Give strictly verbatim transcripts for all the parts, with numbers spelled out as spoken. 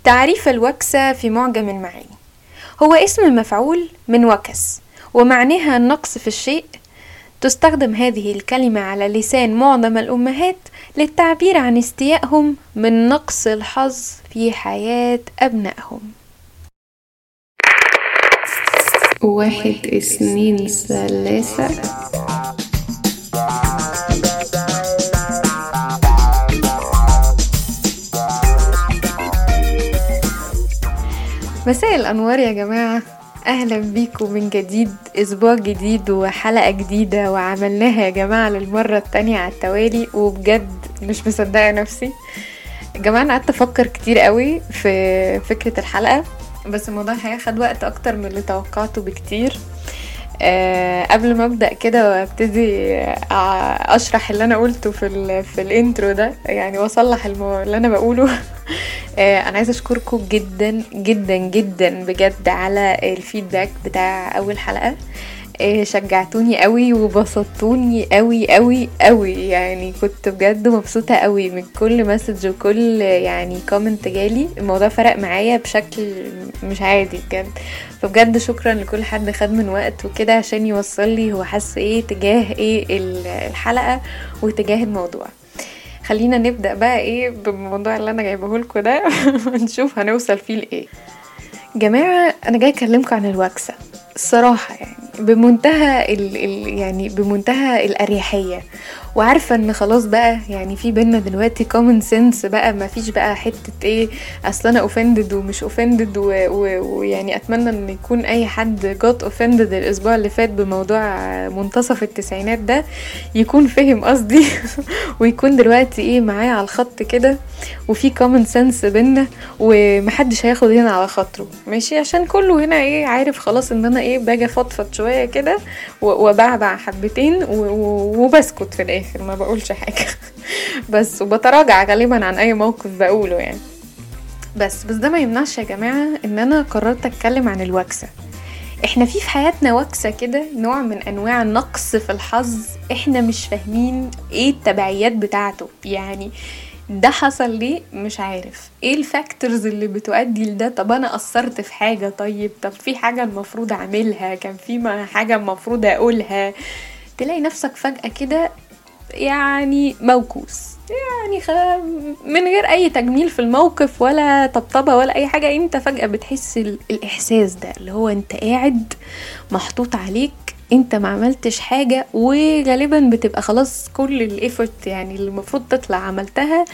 تعريف الوكسة في معجم المعاني: هو اسم مفعول من وكس، ومعناها النقص في الشيء. تستخدم هذه الكلمة على لسان معظم الأمهات للتعبير عن استيائهم من نقص الحظ في حياة أبنائهم. واحد اثنين ثلاثة. مساء الأنوار يا جماعة، أهلا بيكم من جديد، أسبوع جديد وحلقة جديدة وعملناها يا جماعة للمرة التانية على التوالي، وبجد مش مصدقة نفسي يا جماعة. أنا قعدت أفكر كتير قوي في فكرة الحلقة، بس الموضوع هياخد وقت أكتر من اللي توقعته بكتير. أه قبل ما ابدا كده وابتدي اشرح اللي انا قلته في ال في الانترو ده يعني واصلح المو... اللي انا بقوله أه انا عايزه اشكركم جدا جدا جدا بجد على الفيدباك بتاع اول حلقه. أه شجعتوني قوي وبسطتوني قوي قوي قوي، يعني كنت بجد مبسوطه قوي من كل مسج وكل يعني كومنت جالي. الموضوع فرق معايا بشكل مش عادي بجد، فبجد شكرا لكل حد خد من وقت وكده عشان يوصل لي هو حس ايه تجاه ايه الحلقه وتجاه الموضوع. خلينا نبدا بقى ايه بالموضوع اللي انا جايبه لكم ده ونشوف هنوصل فيه لايه. جماعه انا جاي اكلمكم عن الوكسه الصراحه، يعني بمنتهى ال ال يعني بمنتهى الاريحيه، وعارفه ان خلاص بقى يعني في بينا دلوقتي كومن سنس بقى، ما فيش بقى حته ايه اصل انا اوفندد ومش اوفندد، ويعني اتمنى ان يكون اي حد جات اوفندد الاسبوع اللي فات بموضوع منتصف التسعينات ده يكون فهم قصدي ويكون دلوقتي ايه معايا على الخط كده، وفي كومن سنس بينا ومحدش هياخد هنا على خاطره، ماشي؟ عشان كله هنا ايه عارف خلاص ان انا ايه باجي فضفض شويه كده وبعبع حبتين وبسكت في الاخر ما بقولش حاجه بس وبتراجع غالبا عن اي موقف بقوله يعني. بس بس ده ما يمنعش يا جماعه ان انا قررت اتكلم عن الوكسه. احنا في في حياتنا وكسه كده، نوع من انواع النقص في الحظ، احنا مش فاهمين ايه التبعيات بتاعته، يعني ده حصل ليه مش عارف، ايه الفاكتورز اللي بتؤدي لده. طب انا قصرت في حاجة، طيب طب في حاجة المفروض اعملها، كان في حاجة المفروض اقولها، تلاقي نفسك فجأة كده يعني موكوس، يعني خ... من غير اي تجميل في الموقف ولا طبطبة ولا اي حاجة، انت فجأة بتحس الاحساس ده اللي هو انت قاعد محطوط عليك، انت ما عملتش حاجة، وغالبا بتبقى خلاص كل الافورت يعني اللي المفروض تطلع عملتها،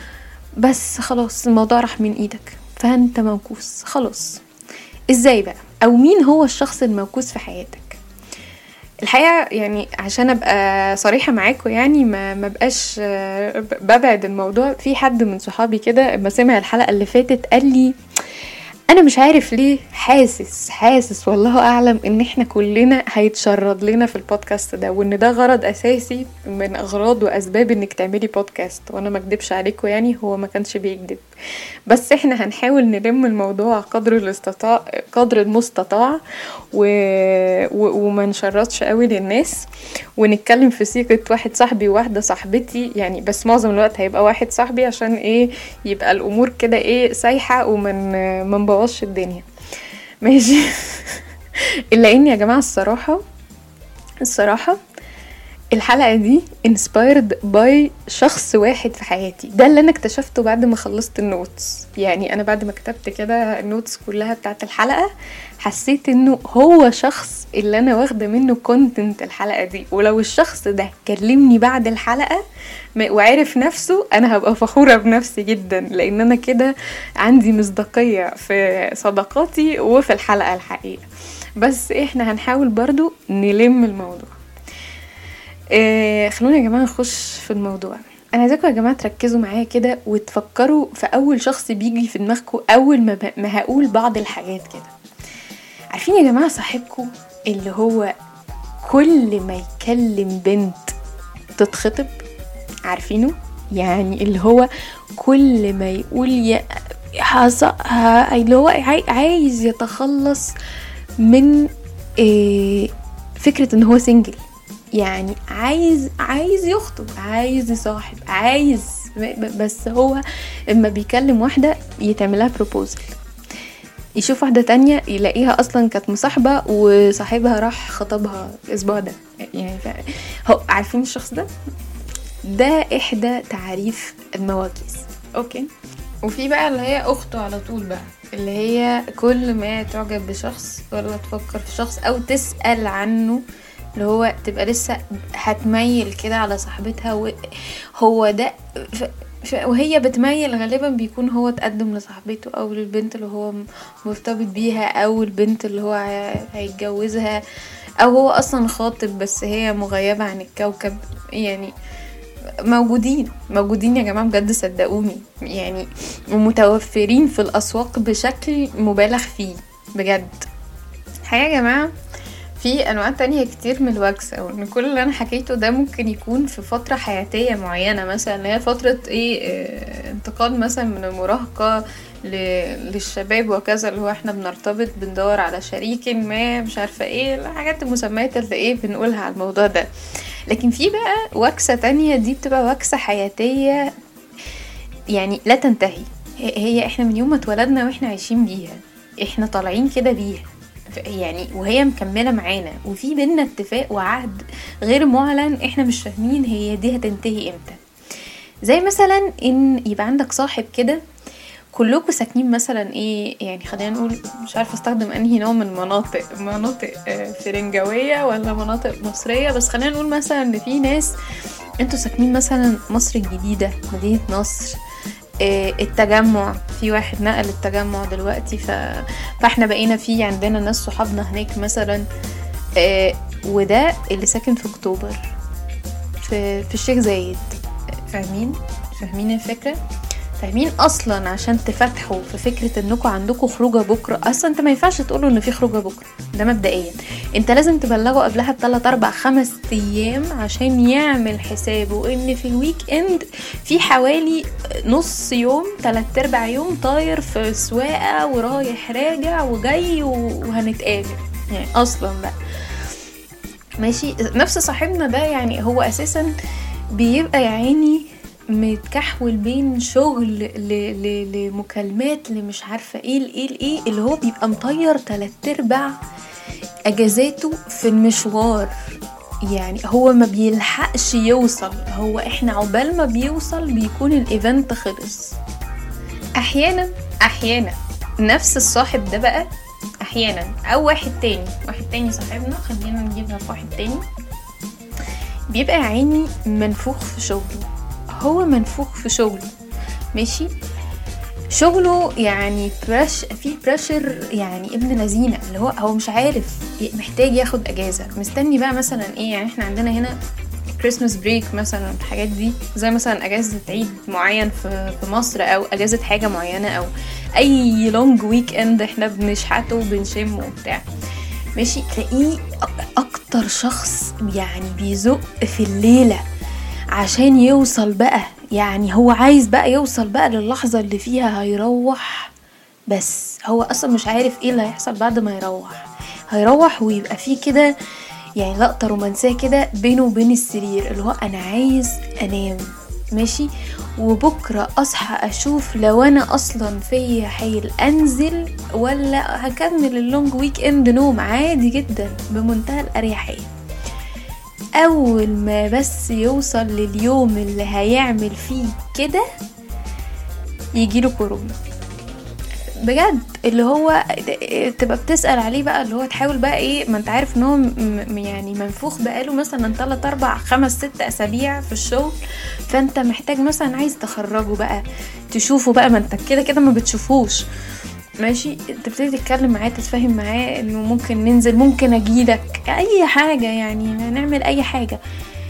بس خلاص الموضوع راح من ايدك، فانت موكوس خلاص. ازاي بقى، او مين هو الشخص الموكوس في حياتك؟ الحقيقة يعني عشان ابقى صريحة معاكم، يعني ما ما بقاش ببعد الموضوع. في حد من صحابي كده ما سمع الحلقة اللي فاتت قال لي انا مش عارف ليه حاسس حاسس والله اعلم ان احنا كلنا هيتشرد لنا في البودكاست ده، وان ده غرض اساسي من اغراض واسباب انك تعملي بودكاست. وانا ما اكدبش عليكم، يعني هو ما كانش بيكذب، بس احنا هنحاول نلم الموضوع قدر الاستطاع قدر المستطاع و... و... وما نشردش قوي للناس، ونتكلم في سيقة واحد صاحبي وواحدة صاحبتي يعني، بس معظم الوقت هيبقى واحد صاحبي عشان ايه يبقى الامور كده ايه سايحة ومن من بوظش الدنيا، ماشي؟ الا ان يا جماعة الصراحة الصراحة الحلقة دي inspired by شخص واحد في حياتي. ده اللي انا اكتشفته بعد ما خلصت النوتس، يعني انا بعد ما كتبت كده النوتس كلها بتاعت الحلقة حسيت انه هو شخص اللي انا واخده منه كونتنت الحلقة دي، ولو الشخص ده كلمني بعد الحلقة وعرف نفسه انا هبقى فخورة بنفسي جدا، لان انا كده عندي مصداقية في صداقاتي وفي الحلقة الحقيقة. بس احنا هنحاول برضو نلم الموضوع. إيه خلونا يا جماعة نخش في الموضوع. انا عايزاكم يا جماعة تركزوا معايا كده وتفكروا في اول شخص بيجي في دماغكم اول ما, ب... ما هقول بعض الحاجات كده. عارفين يا جماعة صاحبكم اللي هو كل ما يكلم بنت تتخطب؟ عارفينه؟ يعني اللي هو كل ما يقول يا حص... ها... اللي هو عايز يتخلص من إيه فكرة ان هو سنجل، يعني عايز عايز يخطب، عايز يصاحب، عايز بس هو اما بيكلم واحدة يتعملها بروبوزل، يشوف واحدة تانية يلاقيها اصلا كانت مصاحبة وصاحبها راح خطبها الاسبوع ده. يعني هو عارفين الشخص ده ده احدى تعريف المواكيس. اوكي. وفي بقى اللي هي اخته على طول بقى، اللي هي كل ما تعجب بشخص ولا تفكر في شخص او تسأل عنه، اللي هو تبقى لسه هتميل كده على صاحبتها وهو ده ف... ف... وهي بتميل غالبا بيكون هو تقدم لصاحبته او للبنت اللي هو مرتبط بيها او البنت اللي هو هيتجوزها، او هو اصلا خاطب بس هي مغيبة عن الكوكب. يعني موجودين موجودين يا جماعة بجد، صدقوني يعني، ومتوفرين في الأسواق بشكل مبالغ فيه بجد. حقيقة يا جماعة في أنواع تانية كتير من الوكس، أو إن كل اللي أنا حكيته ده ممكن يكون في فترة حياتية معينة، مثلا اللي هي فترة إيه اه انتقال مثلا من المراهقة للشباب وكذا، اللي هو احنا بنرتبط بندور على شريك ما مش عارفة ايه الحاجات المسميات اللي ايه بنقولها على الموضوع ده. لكن في بقى وكسة تانية، دي بتبقى وكسة حياتية يعني لا تنتهي، هي احنا من يوم ما اتولدنا واحنا عايشين بيها، احنا طالعين كده بيها يعني، وهي مكملة معانا، وفي بينا اتفاق وعهد غير معلن احنا مش فاهمين هي دي هتنتهي امتى. زي مثلا ان يبقى عندك صاحب كده كلكم ساكنين مثلا ايه، يعني خلينا نقول مش عارفه استخدم انهي نوع من مناطق مناطق فرنجاويه ولا مناطق مصريه، بس خلينا نقول مثلا ان في ناس انتوا ساكنين مثلا مصر الجديده، مدينه نصر، التجمع، في واحد نقل التجمع دلوقتي ف... فاحنا بقينا في عندنا ناس صحابنا هناك مثلا، وده اللي ساكن في اكتوبر في, في الشيخ زايد. فاهمين فاهمين الفكره؟ فاهمين اصلا عشان تفتحوا في فكرة انكم عندكم خروجة بكرة، اصلا انت ما ينفعش تقولوا ان في خروجة بكرة، ده مبدئيا انت لازم تبلغوا قبلها بثلاث اربع خمس ايام عشان يعمل حسابه ان في الويك اند في حوالي نص يوم تلات ارباع يوم طاير في سواقة ورايح راجع وجاي وهنتقابل. يعني اصلا بقى ماشي. نفس صاحبنا ده يعني هو اساسا بيبقى يعني متكحول بين شغل ل... ل... لمكالمات لمش عارفة ايه الايه الايه، اللي هو بيبقى مطير تلات ارباع اجازاته في المشوار. يعني هو ما بيلحقش يوصل، هو احنا عقبال ما بيوصل بيكون الايفنت خلص. احيانا احيانا نفس الصاحب ده بقى احيانا او واحد تاني واحد تاني صاحبنا، خلينا نجيبها في واحد تاني، بيبقى عيني منفوخ في شغله. هو منفوخ في شغله ماشي، شغله يعني برش في بريشر يعني ابن لذينه، اللي هو هو مش عارف محتاج ياخد اجازه، مستني بقى مثلا ايه. يعني احنا عندنا هنا كريسماس بريك مثلا، الحاجات دي زي مثلا اجازه عيد معين في في مصر، او اجازه حاجه معينه، او اي لونج ويك اند احنا بنشحته وبنشمه وبتاع ماشي. تلاقيه اكتر شخص يعني بيزق في الليله عشان يوصل بقى، يعني هو عايز بقى يوصل بقى للحظة اللي فيها هيروح، بس هو اصلا مش عارف ايه اللي هيحصل بعد ما يروح. هيروح ويبقى فيه كده يعني لقطة رومانسية كده بينه وبين السرير، اللي هو انا عايز انام ماشي، وبكرة اصحى اشوف لو انا اصلا فيا حيل انزل ولا هكمل اللونج ويك اند نوم عادي جدا بمنتهى الاريحية. اول ما بس يوصل لليوم اللي هيعمل فيه كده يجيله كورونا بجد، اللي هو تبقى بتسأل عليه بقى، اللي هو تحاول بقى ايه، ما انت عارف ان هو م- يعني منفوخ بقاله مثلا تلات اربع خمس ست اسابيع في الشغل، فانت محتاج مثلا عايز تخرجه بقى تشوفه بقى، ما انت كده كده ما بتشوفوش ماشي. تبتدي تتكلم معاه تتفاهم معاه انه ممكن ننزل، ممكن اجيلك اي حاجة، يعني نعمل اي حاجة،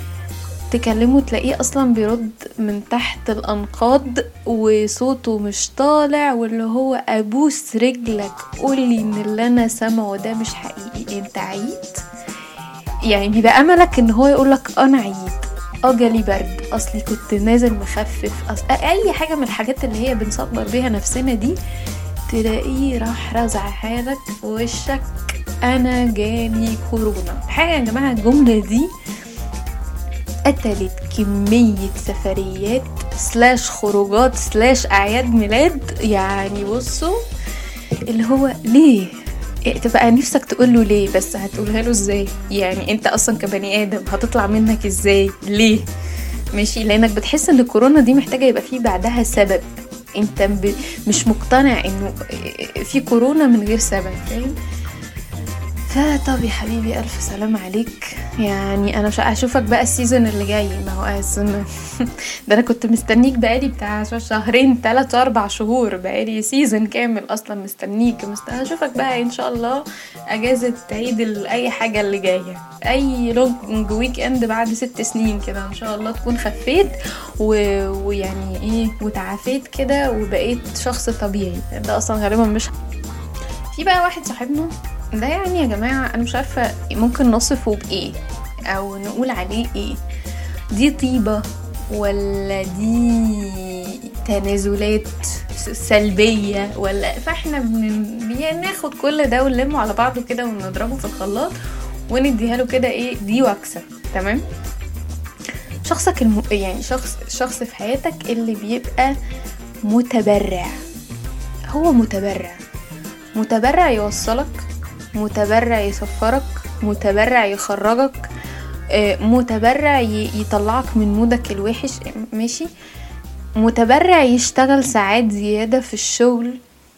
تكلمه تلاقيه اصلا بيرد من تحت الانقاض وصوته مش طالع، واللي هو ابوس رجلك قولي ان اللي انا سامعه ده مش حقيقي، انت عييت. يعني بيبقى املك ان هو يقولك انا عييت، اه جالي برد، اصلي كنت نازل مخفف، أصل اي حاجة من الحاجات اللي هي بنصبر بيها نفسنا دي، تلاقيه راح رزع حالك في وشك انا جالي كورونا. حاجة يا جماعة الجملة دي قتلت كمية سفريات سلاش خروجات سلاش اعياد ميلاد. يعني بصوا اللي هو ليه إيه تبقى نفسك تقوله ليه، بس هتقولها له ازاي؟ يعني انت اصلا كبني ادم هتطلع منك ازاي؟ ليه؟ ماشي، لانك بتحس ان الكورونا دي محتاجة يبقى فيه بعدها سبب. انت ب... مش مقتنع انه في كورونا من غير سبب، فاهم؟ فطب يا حبيبي الف سلام عليك. يعني انا مش هشوفك بقى السيزون اللي جاي، ما هو السنة ده انا كنت مستنيك بقالي بتاع شهرين ثلاث اربع شهور، بقالي سيزون كامل اصلا مستنيك مستنيك هشوفك بقى ان شاء الله اجازة عيد اي حاجة اللي جاية، اي لونج ويك اند بعد ست سنين كده ان شاء الله تكون خفيت و... ويعني ايه وتعافيت كده وبقيت شخص طبيعي. ده اصلا غالبا مش في بقى واحد صاحبنا ده، يعني يا جماعة انا مش عارفة ممكن نصفه بايه او نقول عليه ايه، دي طيبة ولا دي تنازلات سلبية ولا؟ فاحنا بناخد كل ده ونلمه على بعضه كده ونضربه في الخلاط ونديها له كده ايه دي واكسة. تمام؟ شخصك الم... يعني شخص شخص في حياتك اللي بيبقى متبرع. هو متبرع متبرع يوصلك، متبرع يسفرك، متبرع يخرجك، متبرع يطلعك من مودك الوحش، ماشي، متبرع يشتغل ساعات زيادة في الشغل،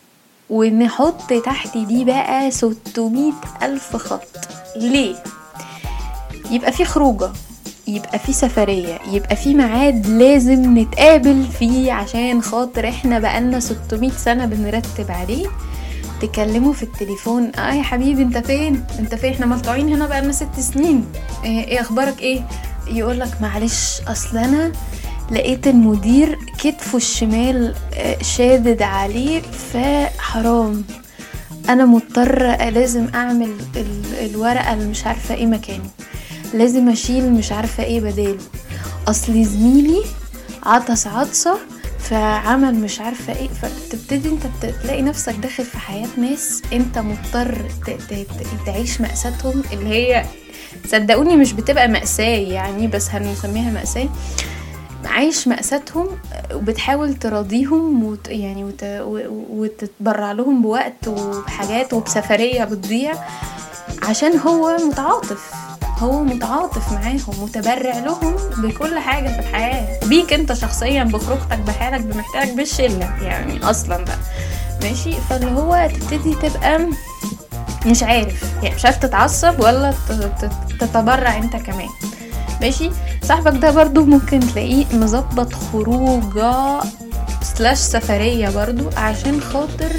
ونحط تحت دي بقى ستمائة ألف خط. ليه؟ يبقى في خروجة، يبقى في سفرية، يبقى في ميعاد لازم نتقابل فيه عشان خاطر احنا بقالنا ستمائة سنة بنرتب عليه، تكلموا في التليفون اه يا حبيبي انت فين انت فين احنا ملطوعين هنا بقالنا ست سنين، ايه, ايه اخبارك ايه؟ يقولك معلش اصل انا لقيت المدير كتفه الشمال شادد عليه فحرام انا مضطر لازم اعمل الورقة اللي مش عارفة ايه مكانه، لازم اشيل مش عارفة ايه بداله، اصل زميلي عطس عطسة فعمل مش عارفة ايه. فتبتدي انت تلاقي نفسك داخل في حياة ناس انت مضطر تعيش مأساتهم، اللي هي صدقوني مش بتبقى مأساة يعني، بس هنسميها مأساة، عايش مأساتهم وبتحاول تراضيهم وت... يعني وت... وتتبرع لهم بوقت وبحاجات وبسفرية بتضيع عشان هو متعاطف، هو متعاطف معاهم، متبرع لهم بكل حاجة في الحياة، بيك انت شخصيا، بخروجتك، بحالك، بمحتاجك، بالشلة يعني اصلا بقى ماشي. فاللي هو تبتدي تبقى مش عارف يعني مش عارف تتعصب ولا تتبرع انت كمان، ماشي. صاحبك ده برضو ممكن تلاقيه مزبط خروجة سلاش سفرية برضو عشان خاطر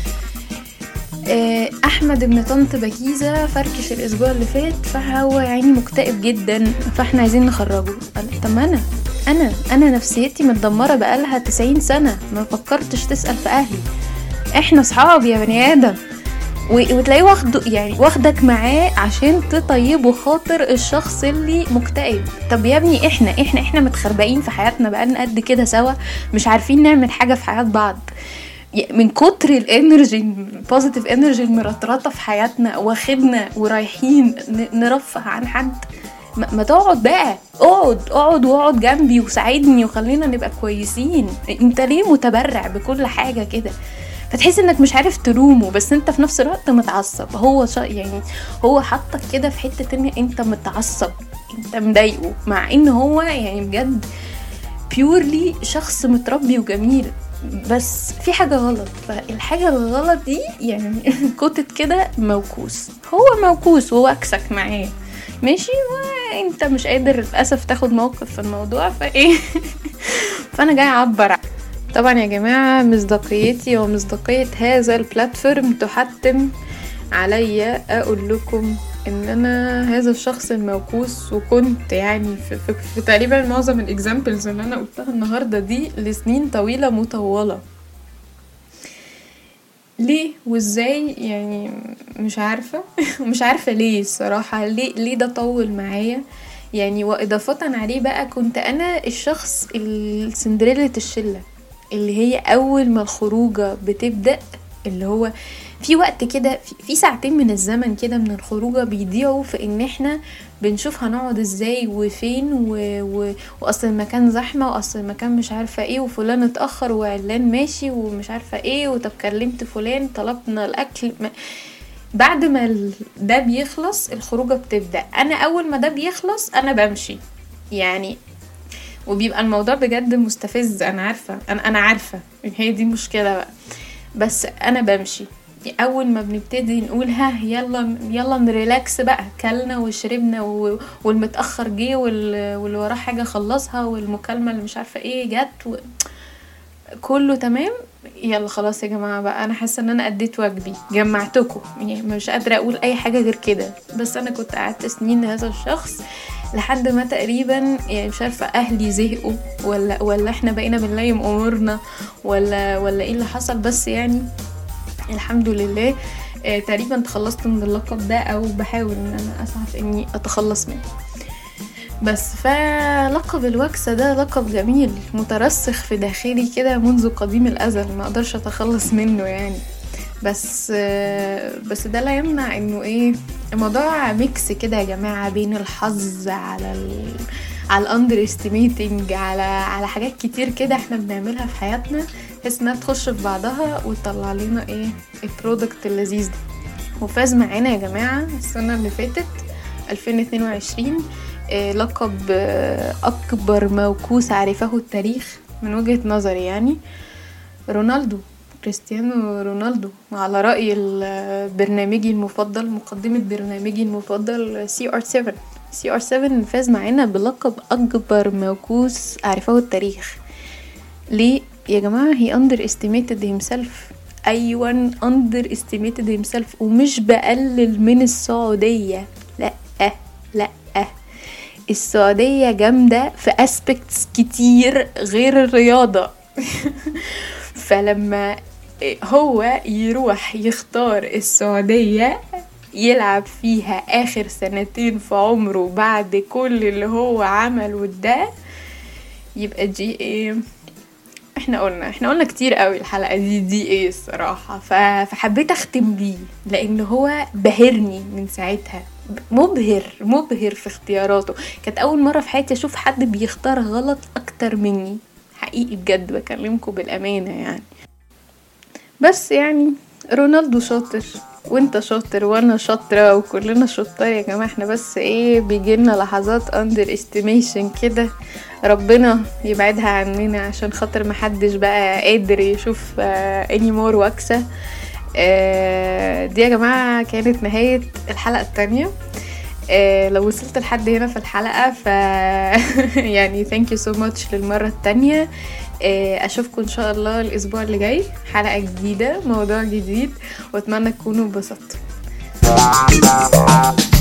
احمد ابن طنط بكيزة فركش الاسبوع اللي فات، فهو يعني مكتئب جدا فاحنا عايزين نخرجه. قال طب انا انا انا نفسيتي متدمرة بقالها تسعين سنة، ما فكرتش تسأل في اهلي، احنا صحاب يا بني ادم، وتلاقيه واخد يعني واخدك معاه عشان تطيبه خاطر الشخص اللي مكتئب. طب يا ابني احنا احنا احنا متخربقين في حياتنا بقالنا قد كده سوا، مش عارفين نعمل حاجة في حياة بعض من كتر الانرجي البوزيتيف انرجي المرطرطه في حياتنا، واخدنا ورايحين نرفه عن حد. ما تقعد بقى، اقعد اقعد واقعد جنبي وساعدني وخلينا نبقى كويسين. انت ليه متبرع بكل حاجه كده؟ فتحس انك مش عارف تلومه بس انت في نفس الوقت متعصب. هو يعني هو حطك كده في حته ان انت متعصب، انت مضايقه، مع ان هو يعني بجد بيورلي شخص متربي وجميل، بس في حاجة غلط. فالحاجة الغلط دي يعني كوتت كده موكوس، هو موكوس وواكسك معاه ماشي، وانت مش قادر للأسف تاخد موقف في الموضوع فايه فانا جاي اعبر. طبعا يا جماعة مصداقيتي ومصداقية هذا البلاتفورم تحتم عليا اقول لكم ان انا هذا الشخص الموكوس، وكنت يعني في, في, في تقريبا معظم الاكزامبلز اللي انا قلتها النهاردة دي لسنين طويلة مطولة. ليه وازاي يعني مش عارفة مش عارفة ليه الصراحة، ليه, ليه ده طول معايا يعني. واضافة عليه بقى كنت انا الشخص السندريلة الشلة اللي هي اول ما الخروجة بتبدأ اللي هو في وقت كده، في ساعتين من الزمن كده من الخروجه بيضيعوا في ان احنا بنشوف هنقعد ازاي وفين و... و... واصل المكان زحمه، واصل المكان مش عارفه ايه، وفلان اتاخر وعلان ماشي ومش عارفه ايه، وطب كلمت فلان طلبنا الاكل. ما... بعد ما ال... ده بيخلص الخروجه بتبدا. انا اول ما ده بيخلص انا بمشي يعني، وبيبقى الموضوع بجد مستفز. انا عارفه انا انا عارفه هي دي مشكله بقى، بس انا بمشي. اول ما بنبتدي نقول ها يلا يلا نريلاكس بقى، كلنا وشربنا و... والمتاخر جه وال... واللي وراه حاجه خلصها، والمكالمه اللي مش عارفه ايه جت و... كله تمام، يلا خلاص يا جماعه بقى انا حاسه ان انا اديت واجبي، جمعتكم يعني، مش قادره اقول اي حاجه غير كده. بس انا كنت قعدت سنين لهذا الشخص لحد ما تقريبا يعني مش عارفه اهلي زهقوا ولا ولا احنا بقينا بنلايم امورنا ولا ولا ايه اللي حصل. بس يعني الحمد لله آه تقريبا تخلصت من اللقب ده، او بحاول ان انا اسعى في اني اتخلص منه. بس فلقب الوكسة ده لقب جميل مترسخ في داخلي كده منذ قديم الازل، ما اقدرش اتخلص منه يعني. بس آه بس ده لا يمنع انه ايه، الموضوع ميكس كده يا جماعة بين الحظ على ال على الاندر استيميتنج، على على حاجات كتير كده احنا بنعملها في حياتنا بحيث انها تخش في بعضها وتطلع لنا ايه البرودكت اللذيذ ده. وفاز معانا يا جماعة السنة اللي فاتت ألفين واثنين وعشرين إيه لقب اكبر موكوس عرفه التاريخ من وجهة نظري يعني، رونالدو، كريستيانو رونالدو، على رأي برنامجي المفضل، مقدمة برنامجي المفضل سي آر سبعة. سي آر سبعة فاز معانا بلقب اكبر موكوس عرفه التاريخ. ليه يا جماعة؟ he underestimated himself. أيوان underestimated himself. ومش بقلل من السعودية، لا لا، السعودية جامدة في aspects كتير غير الرياضة. فلما هو يروح يختار السعودية يلعب فيها آخر سنتين في عمره بعد كل اللي هو عمله ده، يبقى جي ايه. احنا قلنا احنا قلنا كتير قوي الحلقة دي دي ايه الصراحة. فحبيت اختم بيه لان هو بهرني من ساعتها، مبهر مبهر في اختياراته. كانت اول مرة في حياتي اشوف حد بيختار غلط اكتر مني، حقيقي بجد بكلمكم بالامانة يعني. بس يعني رونالدو شاطر وانت شاطر وانا شاطرة وكلنا شطار يا جماعة. احنا بس ايه بيجيلنا لحظات اندر استيميشن كده، ربنا يبعدها عننا عشان خاطر محدش بقى قادر يشوف اني مور واكسة. اه دي يا جماعة كانت نهاية الحلقة التانية. اه لو وصلت لحد هنا في الحلقة ف يعني thank you so much للمرة التانية. اشوفكم ان شاء الله الاسبوع اللي جاي حلقة جديدة موضوع جديد، واتمنى تكونوا انبسطتوا.